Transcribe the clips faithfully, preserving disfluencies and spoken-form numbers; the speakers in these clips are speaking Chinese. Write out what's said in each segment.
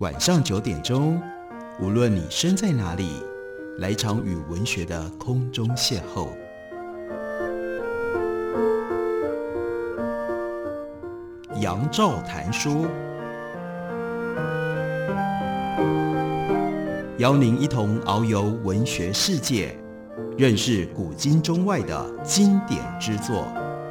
晚上九点钟，无论你身在哪里，来场与文学的空中邂逅。杨照谈书，邀您一同遨游文学世界，认识古今中外的经典之作。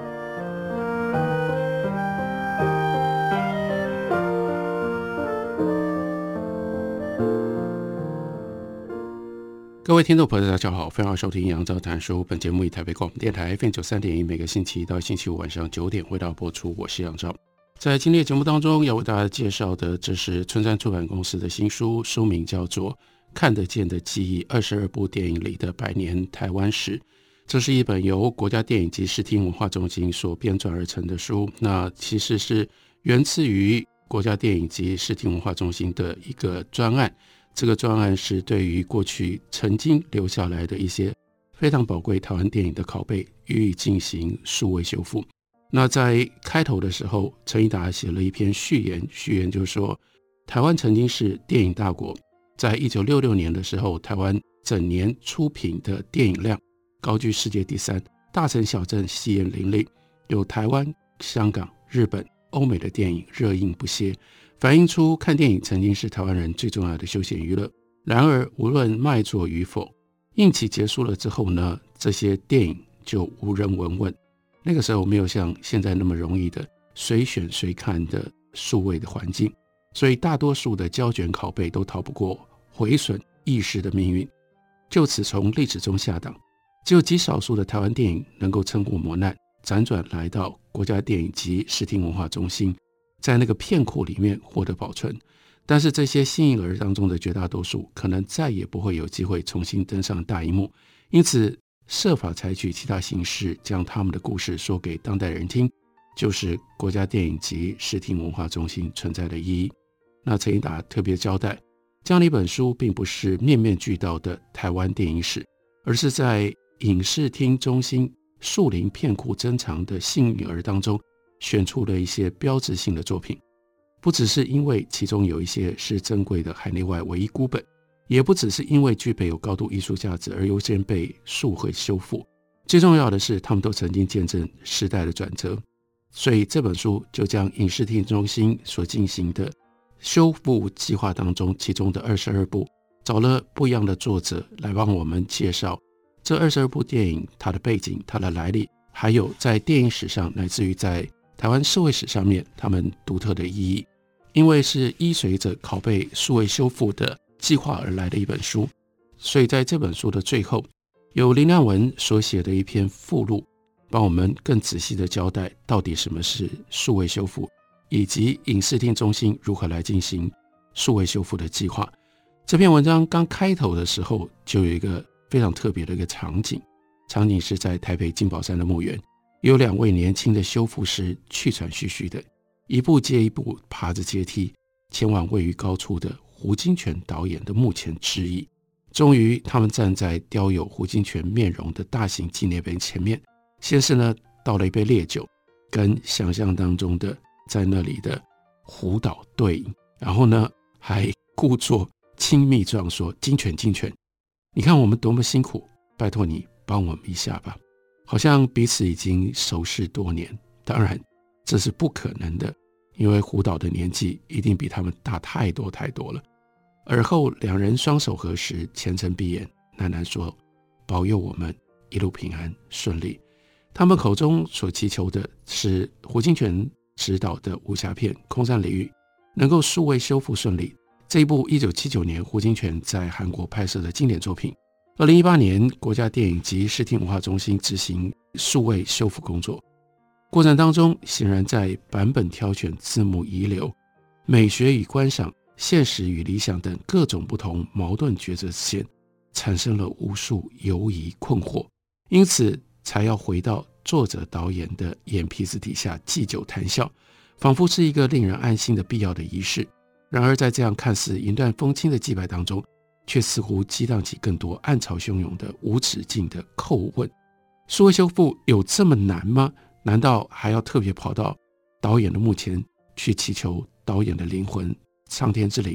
各位听众朋友大家好，欢迎收听杨照谈书。本节目以台北广播电台 F M 九十三点一 每个星期一到星期五晚上九点为大家播出，我是杨照。在今天的节目当中要为大家介绍的，这是春山出版公司的新书，书名叫做《看得见的记忆：二十二部电影里的百年台湾史》。这是一本由国家电影及视听文化中心所编撰而成的书，那其实是源自于国家电影及视听文化中心的一个专案。这个专案是对于过去曾经留下来的一些非常宝贵台湾电影的拷贝予以进行数位修复。那在开头的时候，陈一达写了一篇序言，序言就是说，台湾曾经是电影大国，在一九六六年的时候，台湾整年出品的电影量高居世界第三，大城小镇戏院林立，有台湾、香港、日本、欧美的电影热映不歇，反映出看电影曾经是台湾人最重要的休闲娱乐。然而无论卖座与否，映期结束了之后呢，这些电影就无人闻问。那个时候没有像现在那么容易的随选随看的数位的环境，所以大多数的胶卷拷贝都逃不过毁损意识的命运，就此从历史中下档。只有极少数的台湾电影能够撑过磨难，辗转来到国家电影及视听文化中心，在那个片库里面获得保存。但是这些新颖儿当中的绝大多数可能再也不会有机会重新登上大荧幕，因此设法采取其他形式将他们的故事说给当代人听，就是国家电影及视听文化中心存在的意义。那陈一达特别交代，这样的一本书并不是面面俱到的台湾电影史，而是在影视厅中心树林片库珍藏的幸运儿当中选出了一些标志性的作品，不只是因为其中有一些是珍贵的海内外唯一孤本，也不只是因为具备有高度艺术价值而优先被数位修复，最重要的是他们都曾经见证时代的转折。所以这本书就将影视厅中心所进行的修复计划当中其中的二十二部，找了不一样的作者来帮我们介绍这二十二部电影它的背景、它的来历，还有在电影史上乃至于在台湾社会史上面他们独特的意义。因为是依随着拷贝数位修复的计划而来的一本书，所以在这本书的最后有林亮文所写的一篇附录，帮我们更仔细的交代到底什么是数位修复，以及影视厅中心如何来进行数位修复的计划。这篇文章刚开头的时候就有一个非常特别的一个场景，场景是在台北金宝山的墓园，有两位年轻的修复师气喘吁吁的一步接一步爬着阶梯前往位于高处的胡金铨导演的墓前致意。终于他们站在雕有胡金铨面容的大型纪念碑前面，先是呢倒了一杯烈酒，跟想象当中的在那里的胡导对饮，然后呢还故作亲密状说，金铨金铨，你看我们多么辛苦，拜托你帮我们一下吧。好像彼此已经熟识多年，当然这是不可能的，因为胡导的年纪一定比他们大太多太多了。而后两人双手合十，虔诚闭眼，喃喃说，保佑我们一路平安顺利。他们口中所祈求的是胡金铨执导的武侠片《空山领域》能够数位修复顺利。这一部一九七九年胡金铨在韩国拍摄的经典作品，二零一八年国家电影及视听文化中心执行数位修复工作，过程当中显然在版本挑选、字幕遗留、美学与观赏、现实与理想等各种不同矛盾抉择之间产生了无数犹疑困惑，因此才要回到作者导演的眼皮子底下祭酒谈笑，仿佛是一个令人安心的必要的仪式。然而在这样看似云淡风轻的祭拜当中，却似乎激荡起更多暗潮汹涌的无止境的叩问。数位修复有这么难吗？难道还要特别跑到导演的墓前去祈求导演的灵魂上天之灵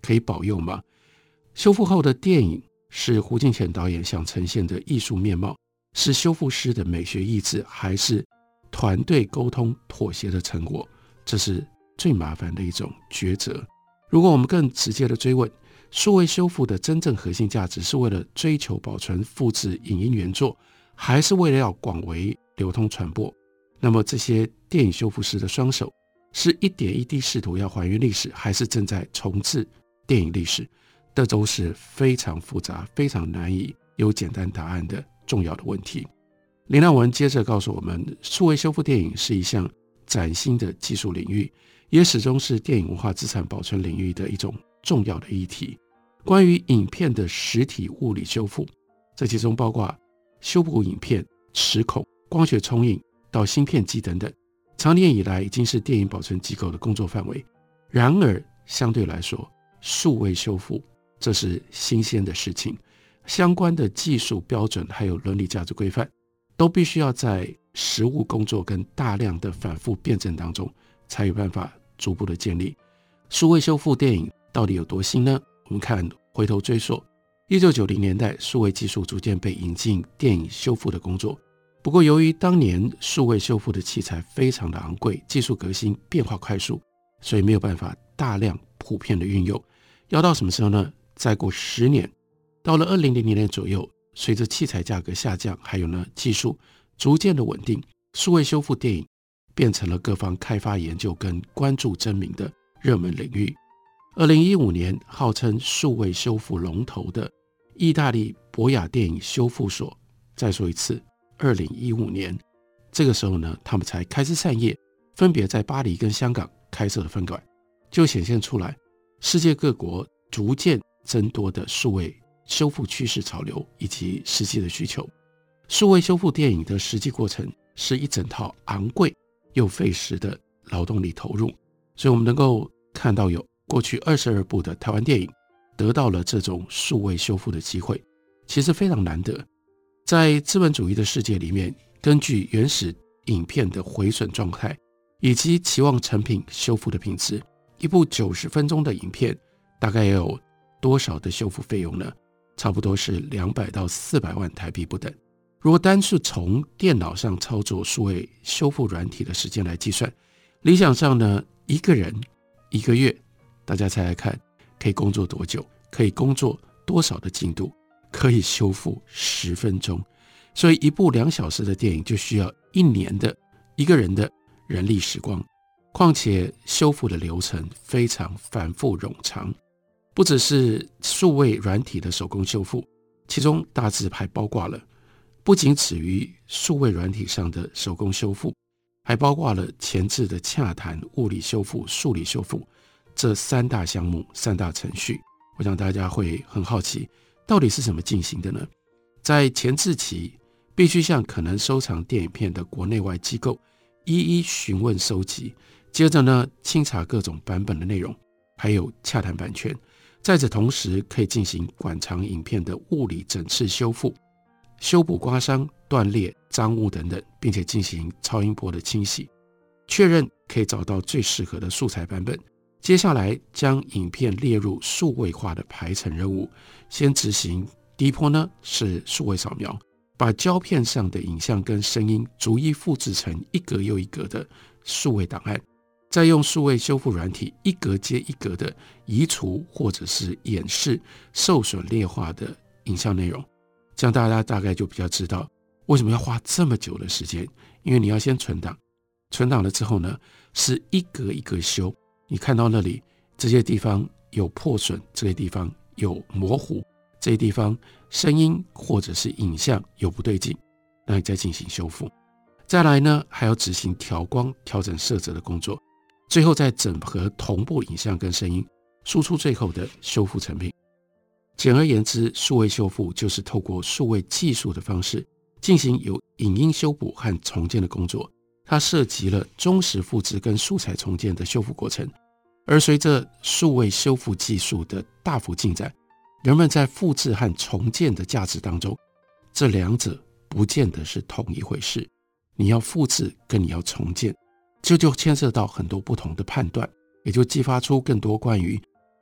可以保佑吗？修复后的电影是胡金铨导演想呈现的艺术面貌，是修复师的美学意志，还是团队沟通妥协的成果？这是最麻烦的一种抉择。如果我们更直接的追问，数位修复的真正核心价值是为了追求保存复制影音原作，还是为了要广为流通传播？那么这些电影修复师的双手是一点一滴试图要还原历史，还是正在重置电影历史？这都是非常复杂、非常难以有简单答案的重要的问题。林亮文接着告诉我们，数位修复电影是一项崭新的技术领域，也始终是电影文化资产保存领域的一种重要的议题。关于影片的实体物理修复，这其中包括修补影片、齿孔、光学冲印到芯片机等等，长年以来已经是电影保存机构的工作范围。然而相对来说，数位修复这是新鲜的事情，相关的技术标准还有伦理价值规范都必须要在实务工作跟大量的反复辩证当中才有办法逐步的建立。数位修复电影到底有多新呢？我们看回头追溯，一九九零年代数位技术逐渐被引进电影修复的工作。不过由于当年数位修复的器材非常的昂贵，技术革新变化快速，所以没有办法大量普遍的运用。要到什么时候呢？再过十年，到了二零零零年左右，随着器材价格下降，还有呢技术逐渐的稳定，数位修复电影变成了各方开发研究跟关注真名的热门领域。二零一五年，号称数位修复龙头的意大利博雅电影修复所，再说一次二零一五年，这个时候呢，他们才开枝散叶，分别在巴黎跟香港开设了分馆，就显现出来世界各国逐渐增多的数位修复趋势潮流以及实际的需求。数位修复电影的实际过程是一整套昂贵又费时的劳动力投入，所以我们能够看到有过去二十二部的台湾电影得到了这种数位修复的机会，其实非常难得。在资本主义的世界里面，根据原始影片的毁损状态以及期望成品修复的品质，一部九十分钟的影片大概要有多少的修复费用呢？差不多是两百到四百万台币不等。如果单是从电脑上操作数位修复软体的时间来计算，理想上呢，一个人一个月，大家猜猜看可以工作多久，可以工作多少的进度，可以修复十分钟。所以一部两小时的电影就需要一年的一个人的人力时光，况且修复的流程非常繁复冗长。不只是数位软体的手工修复，其中大致还包括了不仅止于数位软体上的手工修复，还包括了前置的洽谈、物理修复、数理修复这三大项目、三大程序。我想大家会很好奇，到底是怎么进行的呢？在前置期，必须向可能收藏电影片的国内外机构一一询问收集，接着呢，清查各种版本的内容，还有洽谈版权。在此同时，可以进行馆藏影片的物理整次修复，修补刮伤、断裂、脏污等等，并且进行超音波的清洗，确认可以找到最适合的素材版本。接下来将影片列入数位化的排程任务，先执行第一波呢是数位扫描，把胶片上的影像跟声音逐一复制成一格又一格的数位档案，再用数位修复软体一格接一格的移除或者是掩饰受损劣化的影像内容。这样大家大概就比较知道为什么要花这么久的时间，因为你要先存档，存档了之后呢，是一格一格修。你看到那里这些地方有破损，这些地方有模糊，这些地方声音或者是影像有不对劲，那你再进行修复。再来呢，还要执行调光、调整色泽的工作，最后再整合同步影像跟声音，输出最后的修复成品。简而言之，数位修复就是透过数位技术的方式进行有影音修补和重建的工作，它涉及了忠实复制跟素材重建的修复过程。而随着数位修复技术的大幅进展，人们在复制和重建的价值当中，这两者不见得是同一回事。你要复制跟你要重建，这就牵涉到很多不同的判断，也就激发出更多关于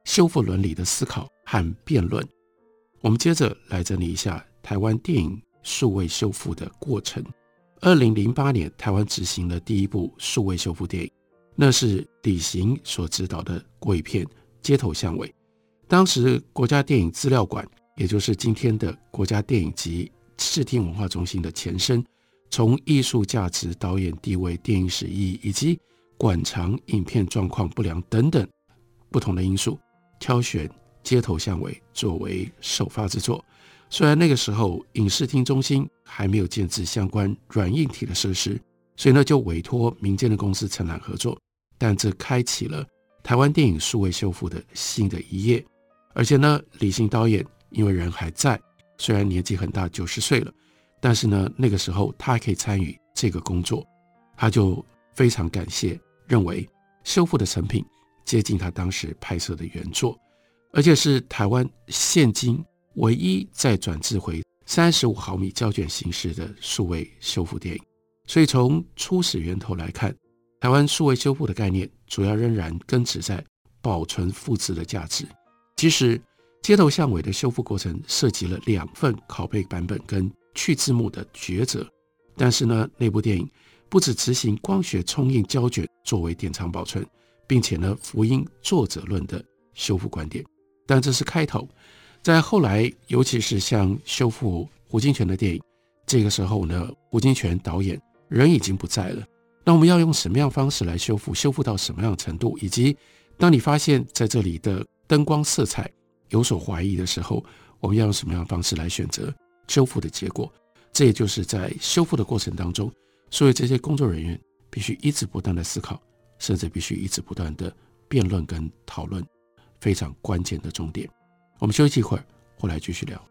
修复伦理的思考和辩论。我们接着来整理一下台湾电影数位修复的过程。二零零八年，台湾执行了第一部数位修复电影，那是李行所执导的国语片《街头巷尾》。当时国家电影资料馆，也就是今天的国家电影及视听文化中心的前身，从艺术价值、导演地位、电影史意义以及馆藏影片状况不良等等不同的因素，挑选《街头巷尾》作为首发之作。虽然那个时候影视厅中心还没有建置相关软硬体的设施，所以呢就委托民间的公司承揽合作，但这开启了台湾电影数位修复的新的一页。而且呢，李行导演因为人还在，虽然年纪很大，九十岁了，但是呢那个时候他还可以参与这个工作，他就非常感谢，认为修复的成品接近他当时拍摄的原作，而且是台湾现今唯一再转制回三十五毫米胶卷形式的数位修复电影。所以从初始源头来看，台湾数位修复的概念主要仍然根植在保存复制的价值。其实街头巷尾的修复过程涉及了两份拷贝版本跟去字幕的抉择，但是呢那部电影不只执行光学冲印胶卷作为典藏保存，并且呢福音作者论的修复观点。但这是开头，在后来尤其是像修复胡金铨的电影，这个时候呢胡金铨导演人已经不在了，那我们要用什么样的方式来修复，修复到什么样的程度，以及当你发现在这里的灯光色彩有所怀疑的时候，我们要用什么样的方式来选择修复的结果。这也就是在修复的过程当中，所以这些工作人员必须一直不断的思考，甚至必须一直不断的辩论跟讨论，非常关键的重点。我们休息一会儿，回来继续聊。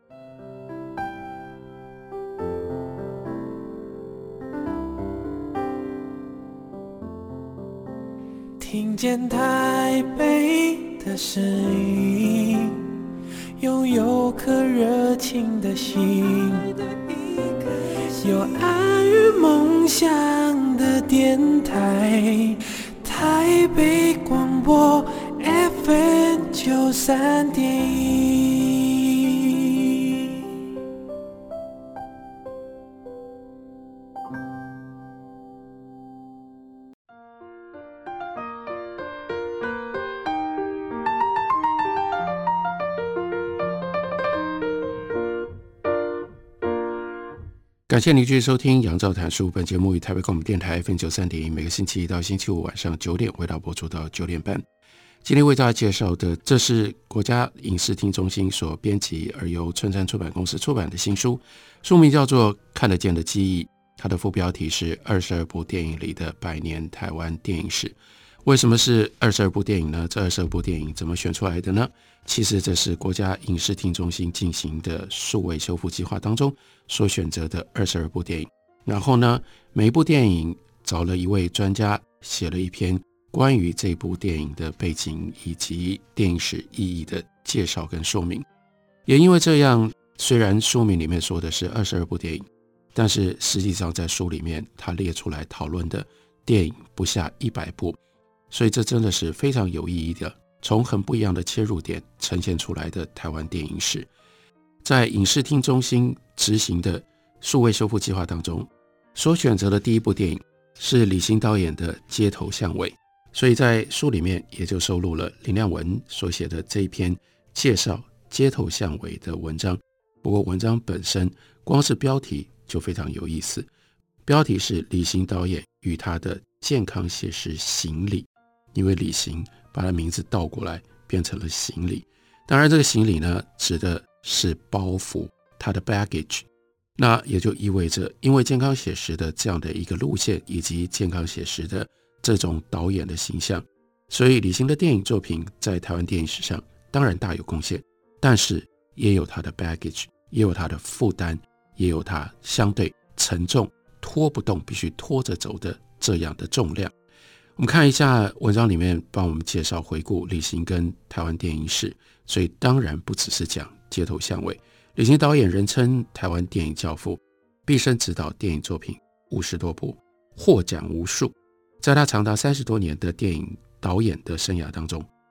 听见台北的声音，拥有颗热情的心，有爱与梦想的电台，台北广播 F M 九三点一。 感谢您继续收听杨照谈书，本节目与台北广播电台 F M 九三点一，每个星期一到星期五晚上九点为大家播出到九点半。今天为大家介绍的，这是国家影视厅中心所编辑而由春山出版公司出版的新书，书名叫做《看得见的记忆》，它的副标题是二十二部电影里的百年台湾电影史。为什么是二十二部电影呢？这二十二部电影怎么选出来的呢？其实这是国家影视厅中心进行的数位修复计划当中所选择的二十二部电影。然后呢，每一部电影找了一位专家写了一篇关于这部电影的背景以及电影史意义的介绍跟说明。也因为这样，虽然书名里面说的是二十二部电影，但是实际上在书里面他列出来讨论的电影不下一百部，所以这真的是非常有意义的，从很不一样的切入点呈现出来的台湾电影史。在影视厅中心执行的数位修复计划当中，所选择的第一部电影是李行导演的《街头巷尾》，所以在书里面也就收录了林亮文所写的这一篇介绍街头巷尾的文章。不过文章本身光是标题就非常有意思，标题是李行导演与他的健康写实行李，因为李行把他名字倒过来变成了行李。当然这个行李呢指的是包袱，他的 baggage， 那也就意味着因为健康写实的这样的一个路线以及健康写实的这种导演的形象，所以李行的电影作品在台湾电影史上当然大有贡献，但是也有他的 baggage， 也有他的负担，也有他相对沉重拖不动必须拖着走的这样的重量。我们看一下文章里面帮我们介绍回顾李行跟台湾电影史，所以当然不只是讲街头巷尾。李行导演人称台湾电影教父，毕生执导电影作品五十多部，获奖无数。在他长达三十多年的电影导演的生涯当中，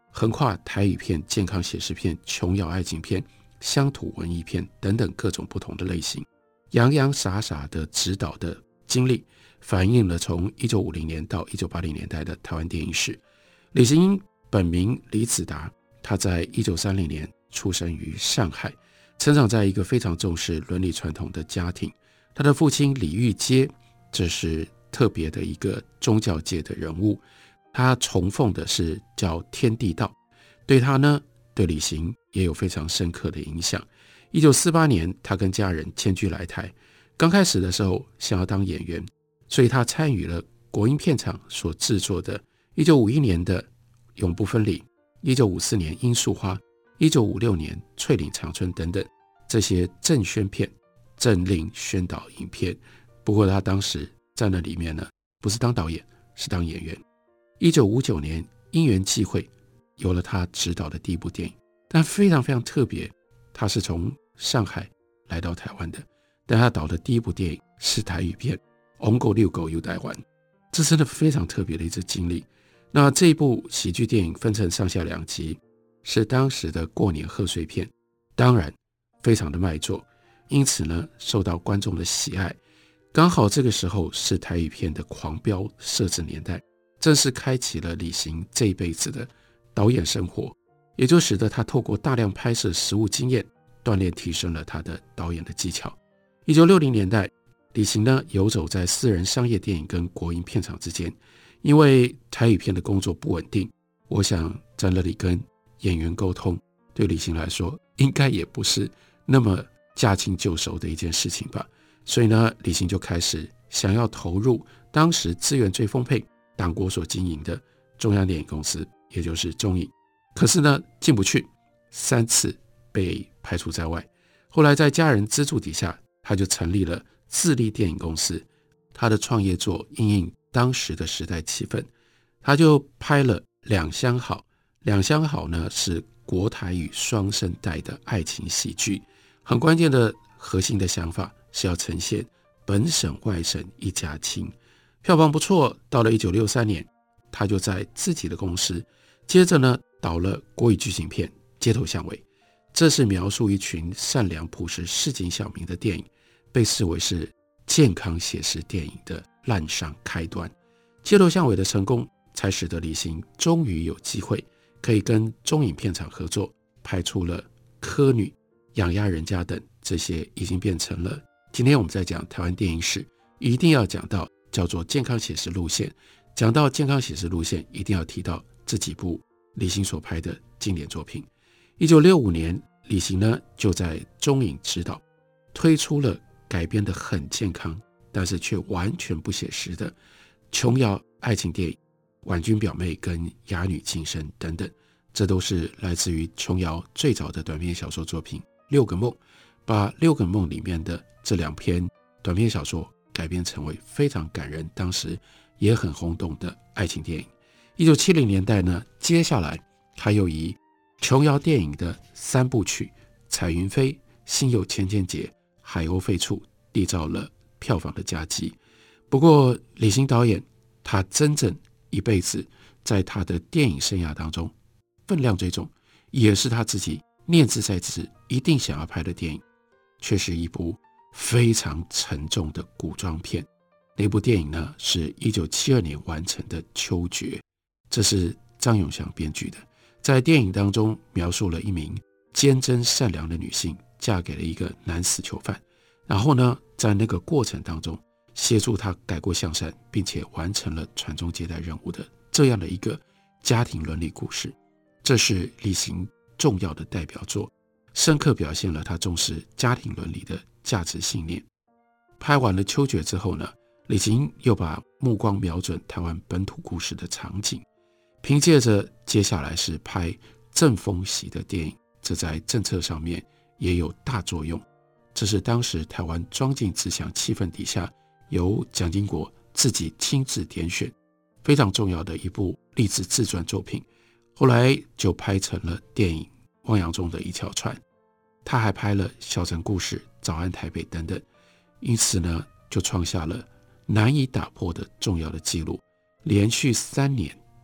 横跨台语片、健康写实片、琼瑶爱情片、乡土文艺片等等各种不同的类型，洋洋洒洒的指导的经历，反映了从一九五零年到一九八零年代的台湾电影史。李行英本名李子达，他在一九三零年出生于上海，成长在一个非常重视伦理传统的家庭。他的父亲李玉阶，这是特别的一个宗教界的人物，他崇奉的是叫天地道，对他呢，对李行也有非常深刻的影响。一九四八年，他跟家人迁居来台，刚开始的时候想要当演员，所以他参与了国营片厂所制作的一九五一年的《永不分离》，一九五四年《罂粟花》，一九五六年《翠岭长春》等等这些政宣片、政令宣导影片。不过他当时在那里面呢，不是当导演，是当演员。一九五九年因缘际会，有了他执导的第一部电影，但非常非常特别，他是从上海来到台湾的，但他导的第一部电影是台语片《王狗遛狗游台湾》，这真的非常特别的一次经历。那这一部喜剧电影分成上下两集，是当时的过年贺岁片，当然非常的卖座，因此呢受到观众的喜爱。刚好这个时候是台语片的狂飙摄制年代，正是开启了李行这一辈子的导演生活，也就使得他透过大量拍摄实务经验，锻炼提升了他的导演的技巧。一九六零年代，李行呢游走在私人商业电影跟国营片场之间，因为台语片的工作不稳定，我想在那里跟演员沟通，对李行来说应该也不是那么驾轻就熟的一件事情吧。所以呢，李行就开始想要投入当时资源最丰沛、党国所经营的中央电影公司，也就是中影。可是呢，进不去，三次被排除在外。后来在家人资助底下，他就成立了自立电影公司。他的创业作因应当时的时代气氛，他就拍了《两相好》。《两相好》呢是国台语双声带的爱情喜剧，很关键的核心的想法是要呈现本省外省一家亲，票房不错。到了一九六三年，他就在自己的公司，接着呢导了国语剧情片《街头巷尾》，这是描述一群善良朴实市井小民的电影，被视为是健康写实电影的滥觞开端。街头巷尾的成功，才使得李行终于有机会可以跟中影片厂合作，拍出了《柯女》、《养鸭人家》等这些已经变成了今天我们在讲台湾电影史一定要讲到叫做健康写实路线。讲到健康写实路线，一定要提到这几部李行所拍的经典作品。一九六五年，李行呢就在中影指导推出了改编的很健康，但是却完全不写实的琼瑶爱情电影《婉君表妹》跟《哑女情深》等等，这都是来自于琼瑶最早的短篇小说作品《六个梦》，把《六个梦》里面的这两篇短篇小说改编成为非常感人，当时也很轰动的爱情电影。一九七零年代呢，接下来他又以琼瑶电影的三部曲《彩云飞》、《心有千千结》、《海鸥飞处》缔造了票房的佳绩。不过李行导演他真正一辈子在他的电影生涯当中分量最重，也是他自己念兹在兹一定想要拍的电影，却是一部非常沉重的古装片。那部电影呢是一九七二年完成的《秋决》，这是张永祥编剧的。在电影当中描述了一名坚贞善良的女性嫁给了一个男死囚犯，然后呢在那个过程当中协助他改过向善，并且完成了传宗接代任务的这样的一个家庭伦理故事。这是李行重要的代表作，深刻表现了他重视家庭伦理的价值信念。拍完了《秋决》之后呢，李行又把目光瞄准台湾本土故事的场景，凭借着接下来是拍正风喜的电影，这在政策上面也有大作用。这是当时台湾庄敬自强气氛底下，由蒋经国自己亲自点选，非常重要的一部励志自传作品。后来就拍成了电影《汪洋中的一条船》，他还拍了《小城故事》、《早安台北》等等，因此呢，就创下了难以打破的重要的记录，连续三年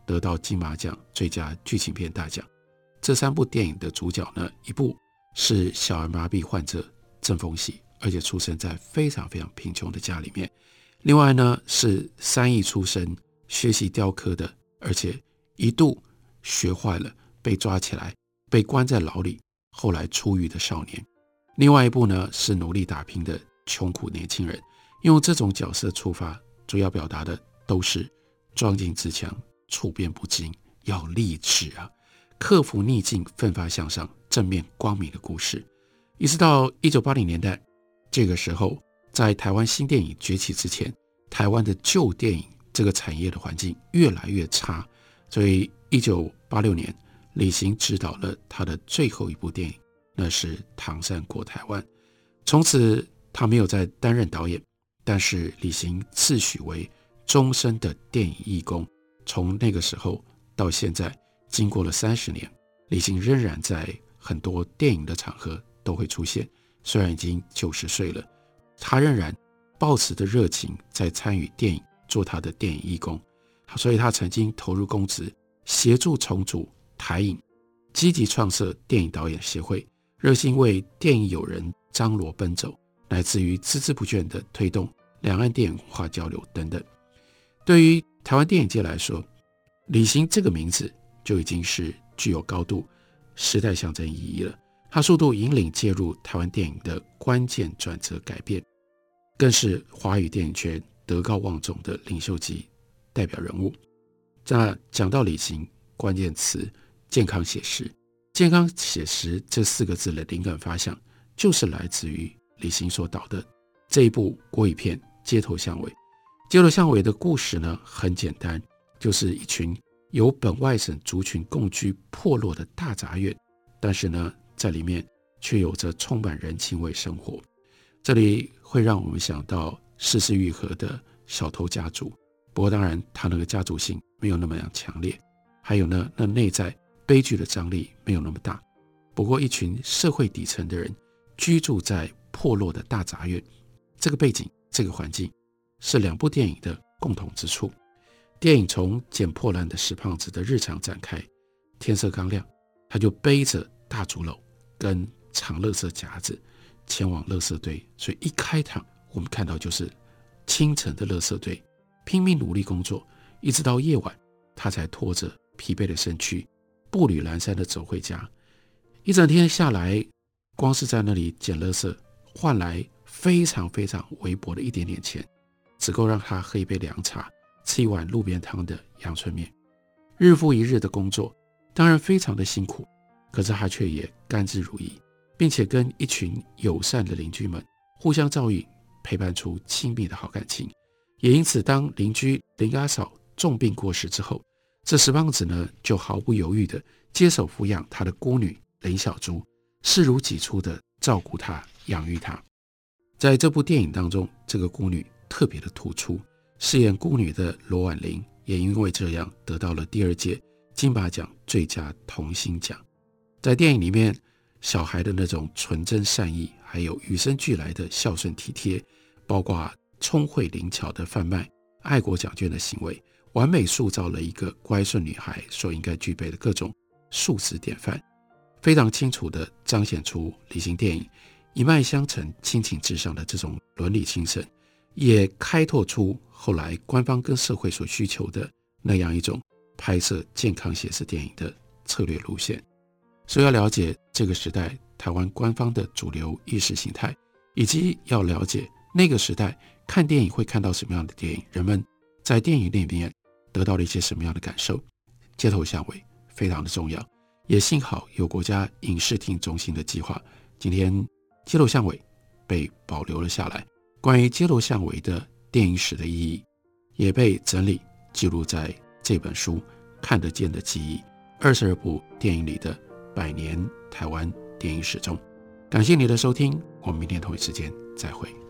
得到金马奖最佳剧情片大奖。这三部电影的主角呢，一部是小儿麻痹患者郑丰喜，而且出生在非常非常贫穷的家里面。另外呢，是三艺出身学习雕刻的，而且一度学坏了被抓起来被关在牢里，后来出狱的少年。另外一部呢，是努力打拼的穷苦年轻人。用这种角色出发，主要表达的都是装进自强，处变不惊，要励志啊，克服逆境，奋发向上，正面光明的故事。一直到一九八零年代，这个时候在台湾新电影崛起之前，台湾的旧电影这个产业的环境越来越差，所以一九八六年李行执导了他的最后一部电影，那是《唐山过台湾》。从此他没有再担任导演，但是李行赐许为终身的电影义工。从那个时候到现在，经过了三十年，李行仍然在很多电影的场合都会出现。虽然已经九十岁了，他仍然抱持的热情在参与电影，做他的电影义工。所以他曾经投入公职，协助重组台影，积极创设电影导演协会，热心为电影友人张罗奔走，乃至于孜孜不倦地推动两岸电影文化交流等等。对于台湾电影界来说，李行这个名字就已经是具有高度时代象征意义了。他速度引领介入台湾电影的关键转折改变，更是华语电影圈德高望重的领袖级代表人物。那讲到李行，关键词健康写实。健康写实这四个字的灵感发想，就是来自于李行所导的这一部国语片《街头巷尾》。街头巷尾的故事呢，很简单，就是一群由本外省族群共居破落的大杂院，但是呢，在里面却有着充满人情味生活。这里会让我们想到世事愈合的小偷家族，不过当然他那个家族性没有那么样强烈，还有呢，那内在悲剧的张力没有那么大。不过一群社会底层的人居住在破落的大杂院，这个背景，这个环境是两部电影的共同之处。电影从捡破烂的石胖子的日常展开，天色刚亮，他就背着大竹篓跟长垃圾夹子前往垃圾堆。所以一开场我们看到就是清晨的垃圾堆，拼命努力工作，一直到夜晚他才拖着疲惫的身躯步履蹒跚地走回家。一整天下来，光是在那里捡垃圾换来非常非常微薄的一点点钱，只够让他喝一杯凉茶，吃一碗路边摊的阳春面。日复一日的工作当然非常的辛苦，可是他却也甘之如饴，并且跟一群友善的邻居们互相照应，陪伴出亲密的好感情。也因此，当邻居林阿嫂重病过世之后，这石胖子呢就毫不犹豫地接手抚养他的孤女林小珠，视如己出地照顾她，养育她。在这部电影当中，这个孤女特别的突出，饰演孤女的罗婉玲也因为这样得到了第二届金马奖最佳童星奖。在电影里面，小孩的那种纯真善意，还有与生俱来的孝顺体贴，包括聪慧灵巧的贩卖爱国奖券的行为，完美塑造了一个乖顺女孩所应该具备的各种素质典范，非常清楚地彰显出李行电影一脉相承、亲情至上的这种伦理精神，也开拓出后来官方跟社会所需求的那样一种拍摄健康写实电影的策略路线。所以要了解这个时代台湾官方的主流意识形态，以及要了解那个时代看电影会看到什么样的电影，人们在电影里面得到了一些什么样的感受。街头巷尾非常的重要，也幸好有国家影视厅中心的计划，今天街头巷尾被保留了下来。关于街头巷尾的电影史的意义，也被整理记录在这本书《看得见的记忆》二十二部电影里的百年台湾电影史中。感谢你的收听，我们明天同一时间再会。